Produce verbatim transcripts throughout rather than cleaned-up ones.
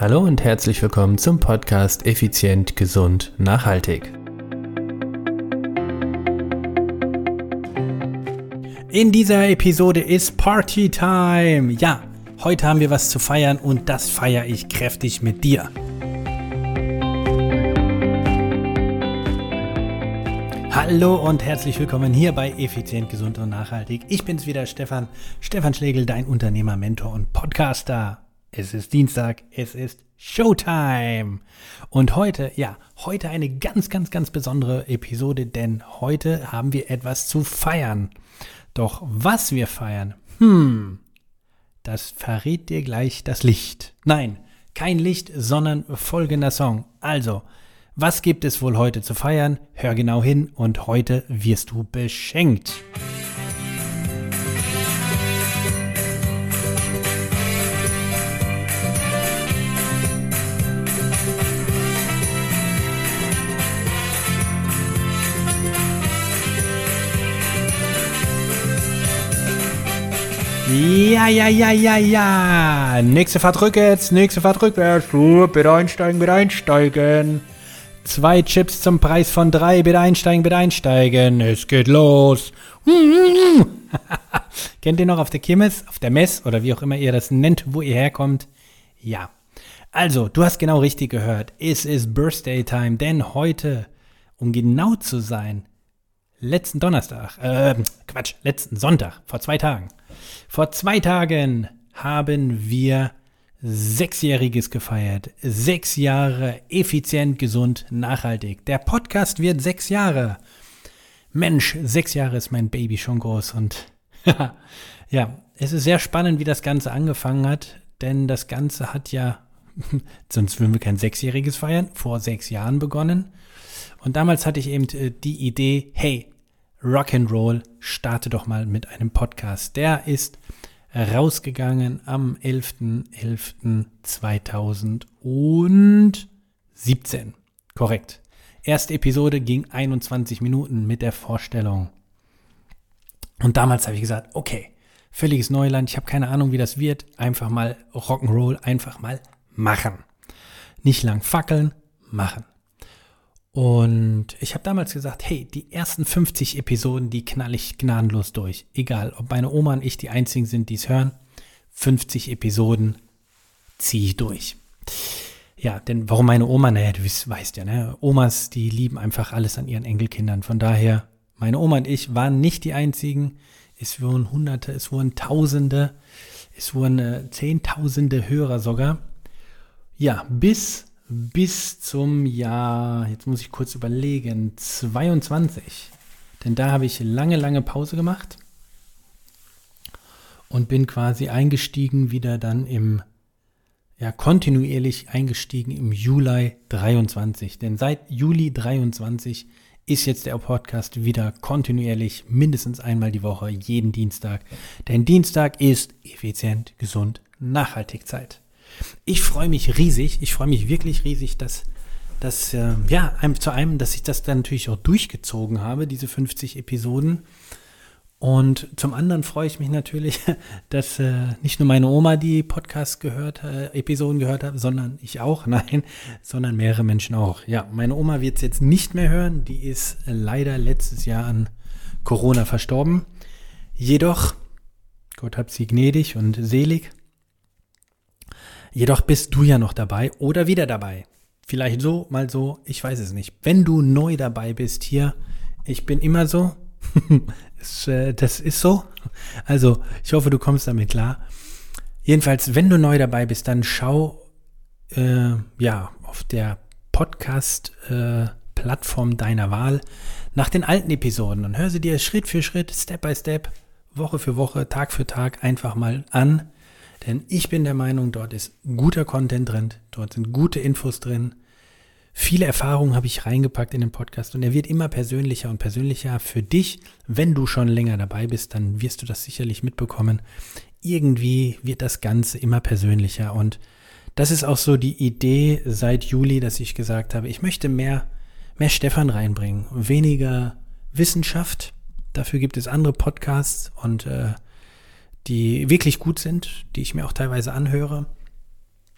Hallo und herzlich willkommen zum Podcast Effizient, Gesund, Nachhaltig. In dieser Episode ist Party Time. Ja, heute haben wir was zu feiern und das feiere ich kräftig mit dir. Hallo und herzlich willkommen hier bei Effizient, Gesund und Nachhaltig. Ich bin's wieder, Stefan, Stefan Schlegel, dein Unternehmer, Mentor und Podcaster. Es ist Dienstag, es ist Showtime. Und heute, ja, heute eine ganz, ganz, ganz besondere Episode, denn heute haben wir etwas zu feiern. Doch was wir feiern, hm, das verrät dir gleich das Licht. Nein, kein Licht, sondern folgender Song. Also, was gibt es wohl heute zu feiern? Hör genau hin und heute wirst du beschenkt. Ja, ja, ja, ja, ja. Nächste Fahrt rückwärts, nächste Fahrt rückwärts. Bitte einsteigen, bitte einsteigen. Zwei Chips zum Preis von drei. Bitte einsteigen, bitte einsteigen. Es geht los. Kennt ihr noch auf der Kirmes, auf der Mess oder wie auch immer ihr das nennt, wo ihr herkommt? Ja. Also, du hast genau richtig gehört. Es ist Birthday Time, denn heute, um genau zu sein, letzten Donnerstag, äh, Quatsch, letzten Sonntag, vor zwei Tagen. Vor zwei Tagen haben wir Sechsjähriges gefeiert. Sechs Jahre effizient, gesund, nachhaltig. Der Podcast wird sechs Jahre. Mensch, sechs Jahre ist mein Baby schon groß. Und ja, es ist sehr spannend, wie das Ganze angefangen hat. Denn das Ganze hat ja, sonst würden wir kein Sechsjähriges feiern, vor sechs Jahren begonnen. Und damals hatte ich eben die Idee, hey, Rock'n'Roll, starte doch mal mit einem Podcast. Der ist rausgegangen am elfter elfter zweitausendsiebzehn. Korrekt. Erste Episode ging einundzwanzig Minuten mit der Vorstellung. Und damals habe ich gesagt, okay, völliges Neuland, ich habe keine Ahnung, wie das wird. Einfach mal Rock'n'Roll, einfach mal machen. Nicht lang fackeln, machen. Und ich habe damals gesagt, hey, die ersten fünfzig Episoden, die knall ich gnadenlos durch. Egal, ob meine Oma und ich die einzigen sind, die es hören. fünfzig Episoden ziehe ich durch. Ja, denn warum meine Oma? Naja, du weißt ja, ne? Omas, die lieben einfach alles an ihren Enkelkindern. Von daher, meine Oma und ich waren nicht die einzigen. Es wurden Hunderte, es wurden Tausende, es wurden äh, Zehntausende Hörer sogar. Ja, bis... bis zum Jahr, jetzt muss ich kurz überlegen, zweiundzwanzig. Denn da habe ich lange, lange Pause gemacht und bin quasi eingestiegen wieder dann im, ja, kontinuierlich eingestiegen im Juli dreiundzwanzig. Denn seit Juli dreiundzwanzig ist jetzt der Podcast wieder kontinuierlich, mindestens einmal die Woche, jeden Dienstag. Denn Dienstag ist effizient, gesund, nachhaltig Zeit. Ich freue mich riesig, ich freue mich wirklich riesig, dass, dass äh, ja, einem, zu einem, dass ich das dann natürlich auch durchgezogen habe, diese fünfzig Episoden. Und zum anderen freue ich mich natürlich, dass äh, nicht nur meine Oma die Podcasts gehört, äh, Episoden gehört hat, sondern ich auch, nein, sondern mehrere Menschen auch. Ja, meine Oma wird es jetzt nicht mehr hören, die ist leider letztes Jahr an Corona verstorben. Jedoch, Gott hab sie gnädig und selig, jedoch bist du ja noch dabei oder wieder dabei. Vielleicht so, mal so, ich weiß es nicht. Wenn du neu dabei bist hier, ich bin immer so, es, äh, das ist so. Also, ich hoffe, du kommst damit klar. Jedenfalls, wenn du neu dabei bist, dann schau äh, ja auf der Podcast-Plattform äh, deiner Wahl nach den alten Episoden und hör sie dir Schritt für Schritt, Step by Step, Woche für Woche, Tag für Tag einfach mal an. Denn ich bin der Meinung, dort ist guter Content drin, dort sind gute Infos drin. Viele Erfahrungen habe ich reingepackt in den Podcast und er wird immer persönlicher und persönlicher für dich. Wenn du schon länger dabei bist, dann wirst du das sicherlich mitbekommen. Irgendwie wird das Ganze immer persönlicher und das ist auch so die Idee seit Juli, dass ich gesagt habe, ich möchte mehr, mehr Stefan reinbringen, weniger Wissenschaft. Dafür gibt es andere Podcasts und äh, die wirklich gut sind, die ich mir auch teilweise anhöre.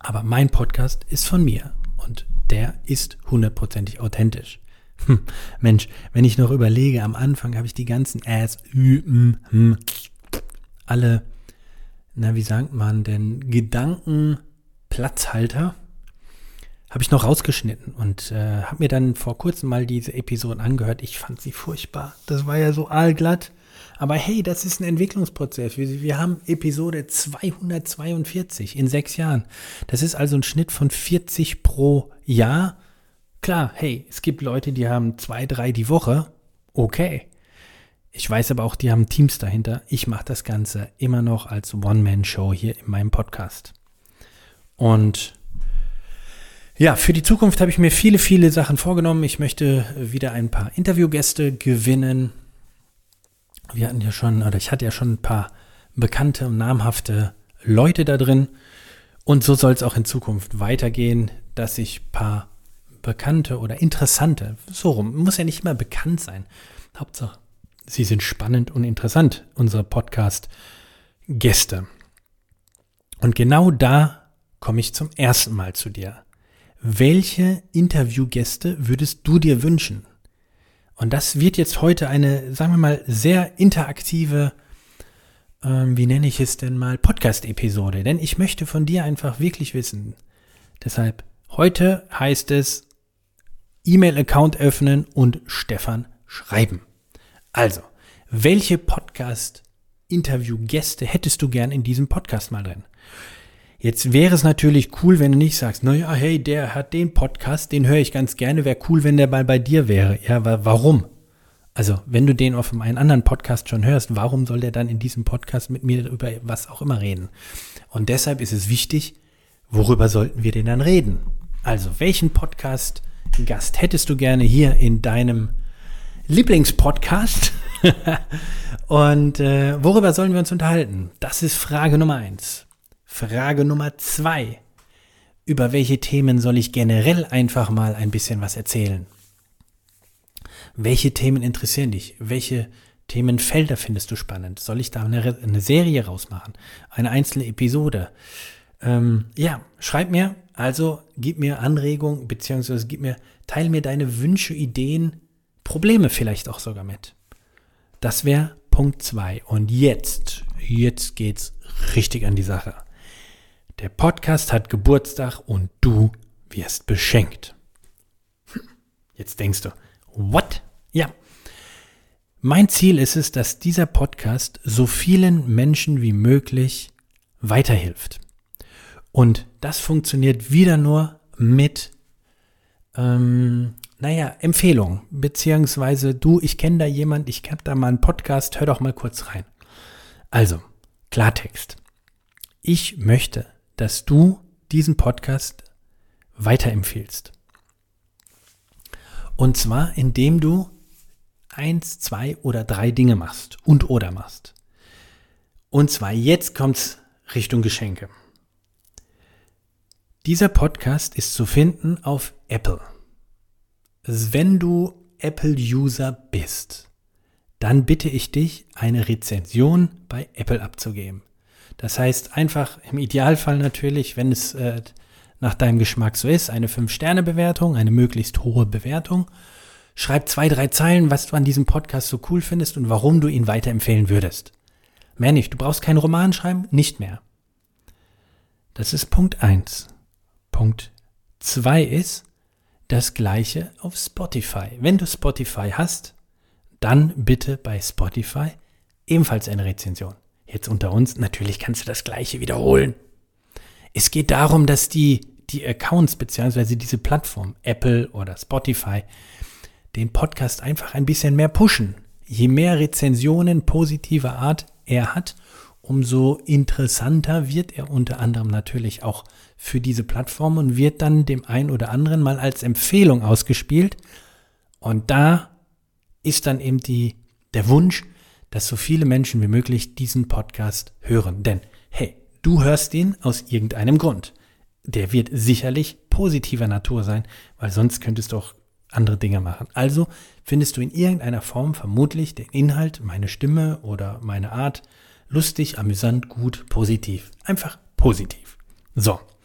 Aber mein Podcast ist von mir und der ist hundertprozentig authentisch. Hm, Mensch, wenn ich noch überlege, am Anfang habe ich die ganzen Äs, Ü, M, Hm, alle, na wie sagt man denn, Gedankenplatzhalter habe ich noch rausgeschnitten und äh, habe mir dann vor kurzem mal diese Episoden angehört. Ich fand sie furchtbar. Das war ja so aalglatt. Aber hey, das ist ein Entwicklungsprozess. Wir, wir haben Episode zweihundertzweiundvierzig in sechs Jahren. Das ist also ein Schnitt von vierzig pro Jahr. Klar, hey, es gibt Leute, die haben zwei, drei die Woche. Okay. Ich weiß aber auch, die haben Teams dahinter. Ich mache das Ganze immer noch als One-Man-Show hier in meinem Podcast. Und ja, für die Zukunft habe ich mir viele, viele Sachen vorgenommen. Ich möchte wieder ein paar Interviewgäste gewinnen. Wir hatten ja schon, oder ich hatte ja schon ein paar bekannte und namhafte Leute da drin. Und so soll es auch in Zukunft weitergehen, dass ich ein paar bekannte oder interessante, so rum, muss ja nicht immer bekannt sein. Hauptsache, sie sind spannend und interessant, unsere Podcast-Gäste. Und genau da komme ich zum ersten Mal zu dir. Welche Interviewgäste würdest du dir wünschen? Und das wird jetzt heute eine, sagen wir mal, sehr interaktive, ähm, wie nenne ich es denn mal, Podcast-Episode. Denn ich möchte von dir einfach wirklich wissen. Deshalb, heute heißt es E-Mail-Account öffnen und Stefan schreiben. Also, welche Podcast-Interview-Gäste hättest du gern in diesem Podcast mal drin? Jetzt wäre es natürlich cool, wenn du nicht sagst, naja, hey, der hat den Podcast, den höre ich ganz gerne, wäre cool, wenn der mal bei dir wäre. Ja, aber warum? Also, wenn du den auf einem anderen Podcast schon hörst, warum soll der dann in diesem Podcast mit mir über was auch immer reden? Und deshalb ist es wichtig, worüber sollten wir denn dann reden? Also, welchen Podcast-Gast hättest du gerne hier in deinem Lieblingspodcast? Und äh, worüber sollen wir uns unterhalten? Das ist Frage Nummer eins. Frage Nummer zwei. Über welche Themen soll ich generell einfach mal ein bisschen was erzählen? Welche Themen interessieren dich? Welche Themenfelder findest du spannend? Soll ich da eine, eine Serie rausmachen? Eine einzelne Episode? Ähm, ja, schreib mir, also gib mir Anregungen, beziehungsweise gib mir, teil mir deine Wünsche, Ideen, Probleme vielleicht auch sogar mit. Das wäre Punkt zwei. Und jetzt, jetzt geht's richtig an die Sache. Der Podcast hat Geburtstag und du wirst beschenkt. Jetzt denkst du, what? Ja. Mein Ziel ist es, dass dieser Podcast so vielen Menschen wie möglich weiterhilft. Und das funktioniert wieder nur mit, ähm, naja, Empfehlungen. Beziehungsweise du, ich kenne da jemand, ich habe da mal einen Podcast, hör doch mal kurz rein. Also, Klartext. Ich möchte, dass du diesen Podcast weiterempfiehlst. Und zwar, indem du eins, zwei oder drei Dinge machst und oder machst. Und zwar, jetzt kommt's Richtung Geschenke. Dieser Podcast ist zu finden auf Apple. Wenn du Apple-User bist, dann bitte ich dich, eine Rezension bei Apple abzugeben. Das heißt einfach, im Idealfall natürlich, wenn es äh, nach deinem Geschmack so ist, eine fünf Sterne Bewertung, eine möglichst hohe Bewertung. Schreib zwei, drei Zeilen, was du an diesem Podcast so cool findest und warum du ihn weiterempfehlen würdest. Mehr nicht, du brauchst keinen Roman schreiben, nicht mehr. Das ist Punkt eins. Punkt zwei ist das Gleiche auf Spotify. Wenn du Spotify hast, dann bitte bei Spotify ebenfalls eine Rezension. Jetzt unter uns, natürlich kannst du das Gleiche wiederholen. Es geht darum, dass die, die Accounts bzw. diese Plattform, Apple oder Spotify, den Podcast einfach ein bisschen mehr pushen. Je mehr Rezensionen positiver Art er hat, umso interessanter wird er unter anderem natürlich auch für diese Plattform und wird dann dem einen oder anderen mal als Empfehlung ausgespielt. Und da ist dann eben die, der Wunsch, dass so viele Menschen wie möglich diesen Podcast hören. Denn, hey, du hörst ihn aus irgendeinem Grund. Der wird sicherlich positiver Natur sein, weil sonst könntest du auch andere Dinge machen. Also findest du in irgendeiner Form vermutlich den Inhalt, meine Stimme oder meine Art lustig, amüsant, gut, positiv. Einfach positiv. So,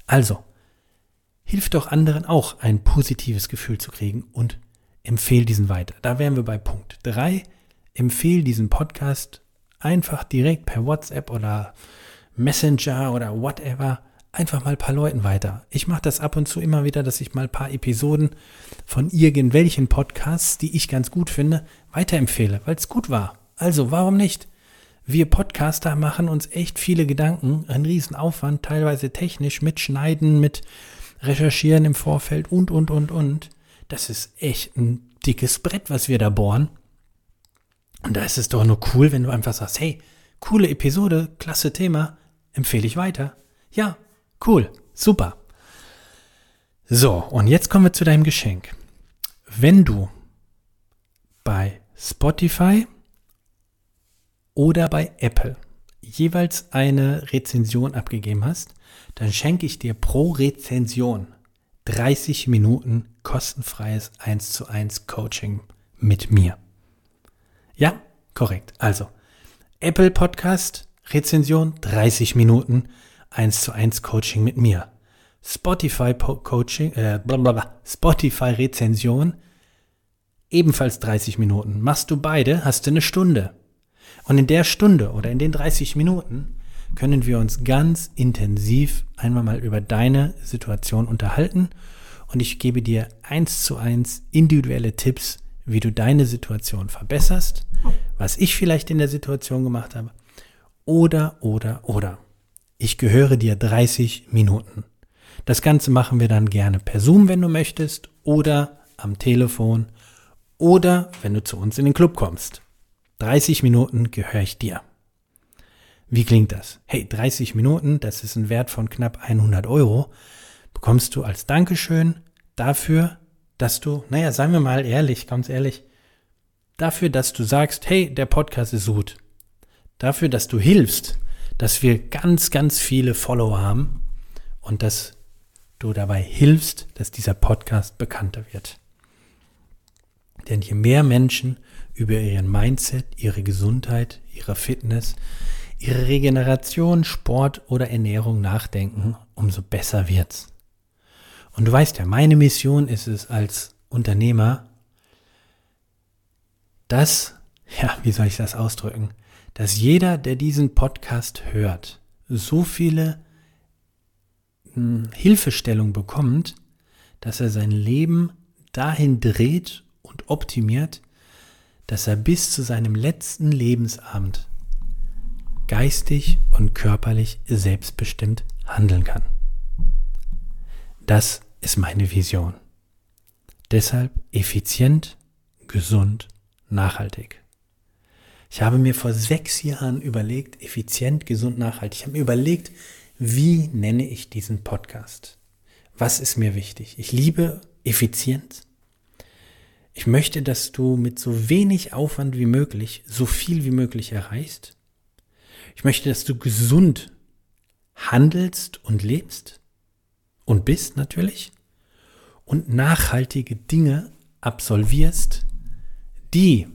Also, hilf doch anderen auch, ein positives Gefühl zu kriegen und empfehle diesen weiter. Da wären wir bei Punkt drei. Empfehle diesen Podcast einfach direkt per WhatsApp oder Messenger oder whatever einfach mal ein paar Leuten weiter. Ich mache das ab und zu immer wieder, dass ich mal ein paar Episoden von irgendwelchen Podcasts, die ich ganz gut finde, weiterempfehle, weil es gut war. Also, warum nicht? Wir Podcaster machen uns echt viele Gedanken, ein Riesenaufwand, teilweise technisch, mit Schneiden, mit Recherchieren im Vorfeld und, und, und, und. Das ist echt ein dickes Brett, was wir da bohren. Und da ist es doch nur cool, wenn du einfach sagst, hey, coole Episode, klasse Thema, empfehle ich weiter. Ja, cool, super. So, und jetzt kommen wir zu deinem Geschenk. Wenn du bei Spotify oder bei Apple jeweils eine Rezension abgegeben hast, dann schenke ich dir pro Rezension dreißig Minuten kostenfreies eins zu eins Coaching mit mir. Ja, korrekt. Also, Apple Podcast Rezension dreißig Minuten eins zu eins Coaching mit mir. Spotify po- Coaching, äh, blablabla, Spotify Rezension ebenfalls dreißig Minuten. Machst du beide, hast du eine Stunde. Und in der Stunde oder in den dreißig Minuten können wir uns ganz intensiv einmal mal über deine Situation unterhalten und ich gebe dir eins zu eins individuelle Tipps, wie du deine Situation verbesserst, was ich vielleicht in der Situation gemacht habe oder, oder, oder. Ich gehöre dir dreißig Minuten. Das Ganze machen wir dann gerne per Zoom, wenn du möchtest, oder am Telefon oder wenn du zu uns in den Club kommst. dreißig Minuten gehöre ich dir. Wie klingt das? Hey, dreißig Minuten, das ist ein Wert von knapp hundert Euro, bekommst du als Dankeschön dafür, dass du, naja, sagen wir mal ehrlich, ganz ehrlich, dafür, dass du sagst, hey, der Podcast ist gut. Dafür, dass du hilfst, dass wir ganz, ganz viele Follower haben und dass du dabei hilfst, dass dieser Podcast bekannter wird. Denn je mehr Menschen über ihren Mindset, ihre Gesundheit, ihre Fitness, ihre Regeneration, Sport oder Ernährung nachdenken, umso besser wird's. Und du weißt ja, meine Mission ist es als Unternehmer, dass, ja, wie soll ich das ausdrücken, dass jeder, der diesen Podcast hört, so viele hm, Hilfestellung bekommt, dass er sein Leben dahin dreht und optimiert, dass er bis zu seinem letzten Lebensabend geistig und körperlich selbstbestimmt handeln kann. Das ist meine Vision. Deshalb effizient, gesund, nachhaltig. Ich habe mir vor sechs Jahren überlegt, effizient, gesund, nachhaltig. Ich habe mir überlegt, wie nenne ich diesen Podcast? Was ist mir wichtig? Ich liebe Effizienz. Ich möchte, dass du mit so wenig Aufwand wie möglich so viel wie möglich erreichst. Ich möchte, dass du gesund handelst und lebst und bist natürlich und nachhaltige Dinge absolvierst, die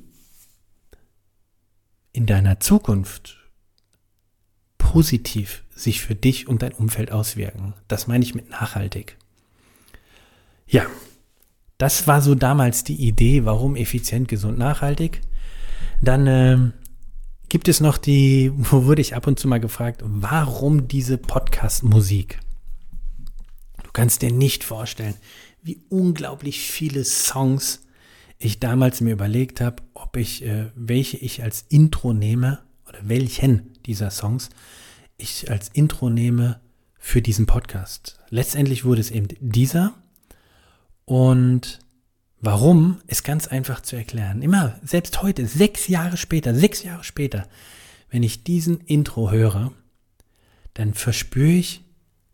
in deiner Zukunft positiv sich für dich und dein Umfeld auswirken. Das meine ich mit nachhaltig. Ja, das war so damals die Idee, warum effizient, gesund, nachhaltig. Dann äh, gibt es noch die, wo wurde ich ab und zu mal gefragt, warum diese Podcast-Musik? Du kannst dir nicht vorstellen, wie unglaublich viele Songs ich damals mir überlegt habe, ob ich, äh, welche ich als Intro nehme oder welchen dieser Songs ich als Intro nehme für diesen Podcast. Letztendlich wurde es eben dieser. Und warum, ist ganz einfach zu erklären. Immer, selbst heute, sechs Jahre später, sechs Jahre später, wenn ich diesen Intro höre, dann verspüre ich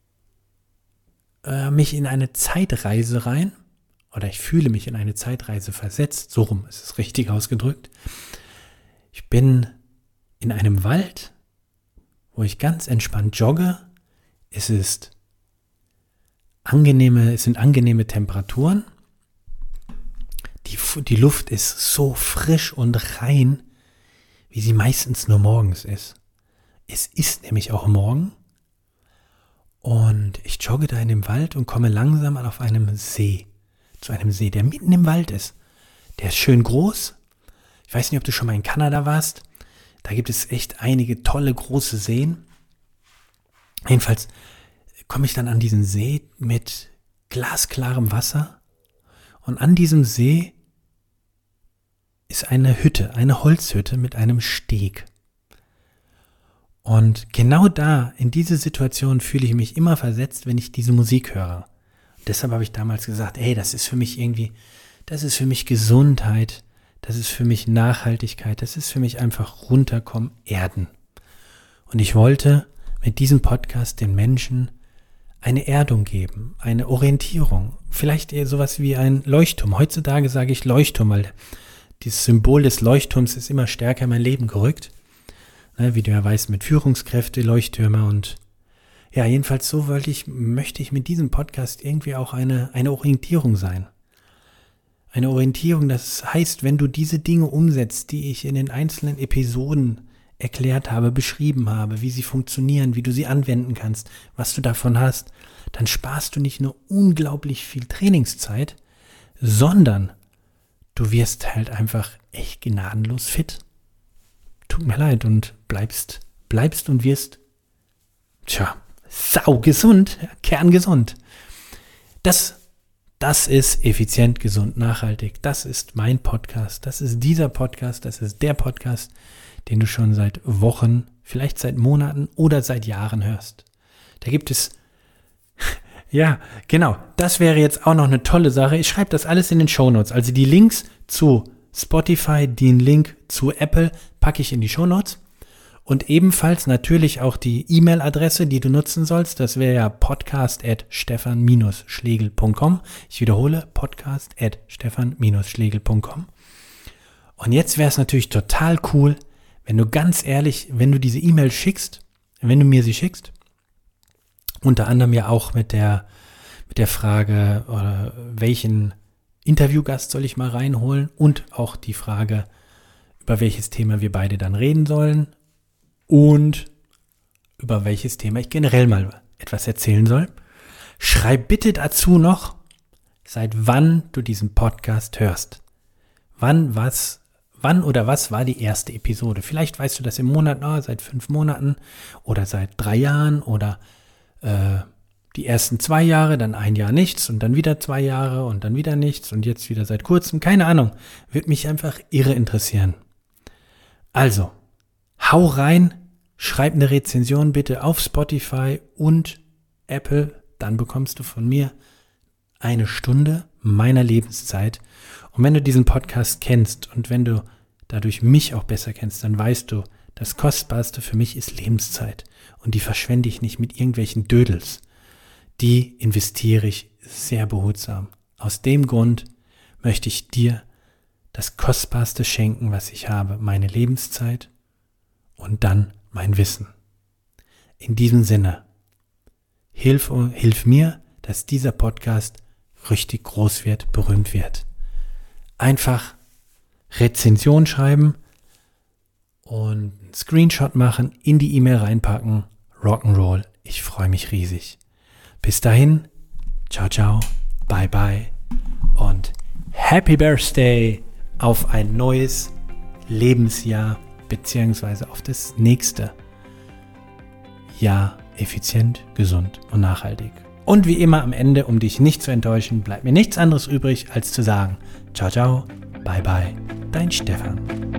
äh, mich in eine Zeitreise rein, oder ich fühle mich in eine Zeitreise versetzt, so rum ist es richtig ausgedrückt. Ich bin in einem Wald, wo ich ganz entspannt jogge. Es ist angenehme, es sind angenehme Temperaturen. Die, die Luft ist so frisch und rein, wie sie meistens nur morgens ist. Es ist nämlich auch morgen. Und ich jogge da in dem Wald und komme langsam auf einem See. Zu einem See, der mitten im Wald ist. Der ist schön groß. Ich weiß nicht, ob du schon mal in Kanada warst. Da gibt es echt einige tolle große Seen. Jedenfalls komme ich dann an diesen See mit glasklarem Wasser. Und an diesem See ist eine Hütte, eine Holzhütte mit einem Steg. Und genau da, in diese Situation fühle ich mich immer versetzt, wenn ich diese Musik höre. Und deshalb habe ich damals gesagt, hey, das ist für mich irgendwie, das ist für mich Gesundheit, das ist für mich Nachhaltigkeit, das ist für mich einfach runterkommen, erden. Und ich wollte mit diesem Podcast den Menschen eine Erdung geben, eine Orientierung, vielleicht eher sowas wie ein Leuchtturm. Heutzutage sage ich Leuchtturm, weil dieses Symbol des Leuchtturms ist immer stärker in mein Leben gerückt. Wie du ja weißt, mit Führungskräfte, Leuchttürme und ja, jedenfalls so wollte ich, möchte ich mit diesem Podcast irgendwie auch eine, eine Orientierung sein. Eine Orientierung, das heißt, wenn du diese Dinge umsetzt, die ich in den einzelnen Episoden erklärt habe, beschrieben habe, wie sie funktionieren, wie du sie anwenden kannst, was du davon hast, dann sparst du nicht nur unglaublich viel Trainingszeit, sondern du wirst halt einfach echt gnadenlos fit. Tut mir leid und bleibst, bleibst und wirst, tja, saugesund, ja, kerngesund. Das, das ist effizient, gesund, nachhaltig. Das ist mein Podcast. Das ist dieser Podcast. Das ist der Podcast, den du schon seit Wochen, vielleicht seit Monaten oder seit Jahren hörst. Da gibt es, ja, genau, das wäre jetzt auch noch eine tolle Sache. Ich schreibe das alles in den Shownotes. Also die Links zu Spotify, den Link zu Apple packe ich in die Shownotes und ebenfalls natürlich auch die E-Mail-Adresse, die du nutzen sollst. Das wäre ja podcast at stefan schlegel punkt com. Ich wiederhole, podcast at stefan schlegel punkt com. Und jetzt wäre es natürlich total cool, wenn du ganz ehrlich, wenn du diese E-Mail schickst, wenn du mir sie schickst, unter anderem ja auch mit der, mit der Frage, oder welchen Interviewgast soll ich mal reinholen und auch die Frage, über welches Thema wir beide dann reden sollen und über welches Thema ich generell mal etwas erzählen soll. Schreib bitte dazu noch, seit wann du diesen Podcast hörst. Wann, was, wann oder was war die erste Episode? Vielleicht weißt du das im Monat, oh, seit fünf Monaten oder seit drei Jahren oder äh, die ersten zwei Jahre, dann ein Jahr nichts und dann wieder zwei Jahre und dann wieder nichts und jetzt wieder seit kurzem. Keine Ahnung, würde mich einfach irre interessieren. Also, hau rein, schreib eine Rezension bitte auf Spotify und Apple, dann bekommst du von mir eine Stunde meiner Lebenszeit. Und wenn du diesen Podcast kennst und wenn du dadurch mich auch besser kennst, dann weißt du, das Kostbarste für mich ist Lebenszeit und die verschwende ich nicht mit irgendwelchen Dödels. Die investiere ich sehr behutsam. Aus dem Grund möchte ich dir das Kostbarste schenken, was ich habe, meine Lebenszeit und dann mein Wissen. In diesem Sinne, hilf, hilf mir, dass dieser Podcast richtig groß wird, berühmt wird. Einfach Rezension schreiben und einen Screenshot machen, in die E-Mail reinpacken, Rock'n'Roll, ich freue mich riesig. Bis dahin, ciao, ciao, bye, bye und Happy Birthday auf ein neues Lebensjahr beziehungsweise auf das nächste Jahr effizient, gesund und nachhaltig. Und wie immer am Ende, um dich nicht zu enttäuschen, bleibt mir nichts anderes übrig, als zu sagen, ciao, ciao, bye, bye, dein Stefan.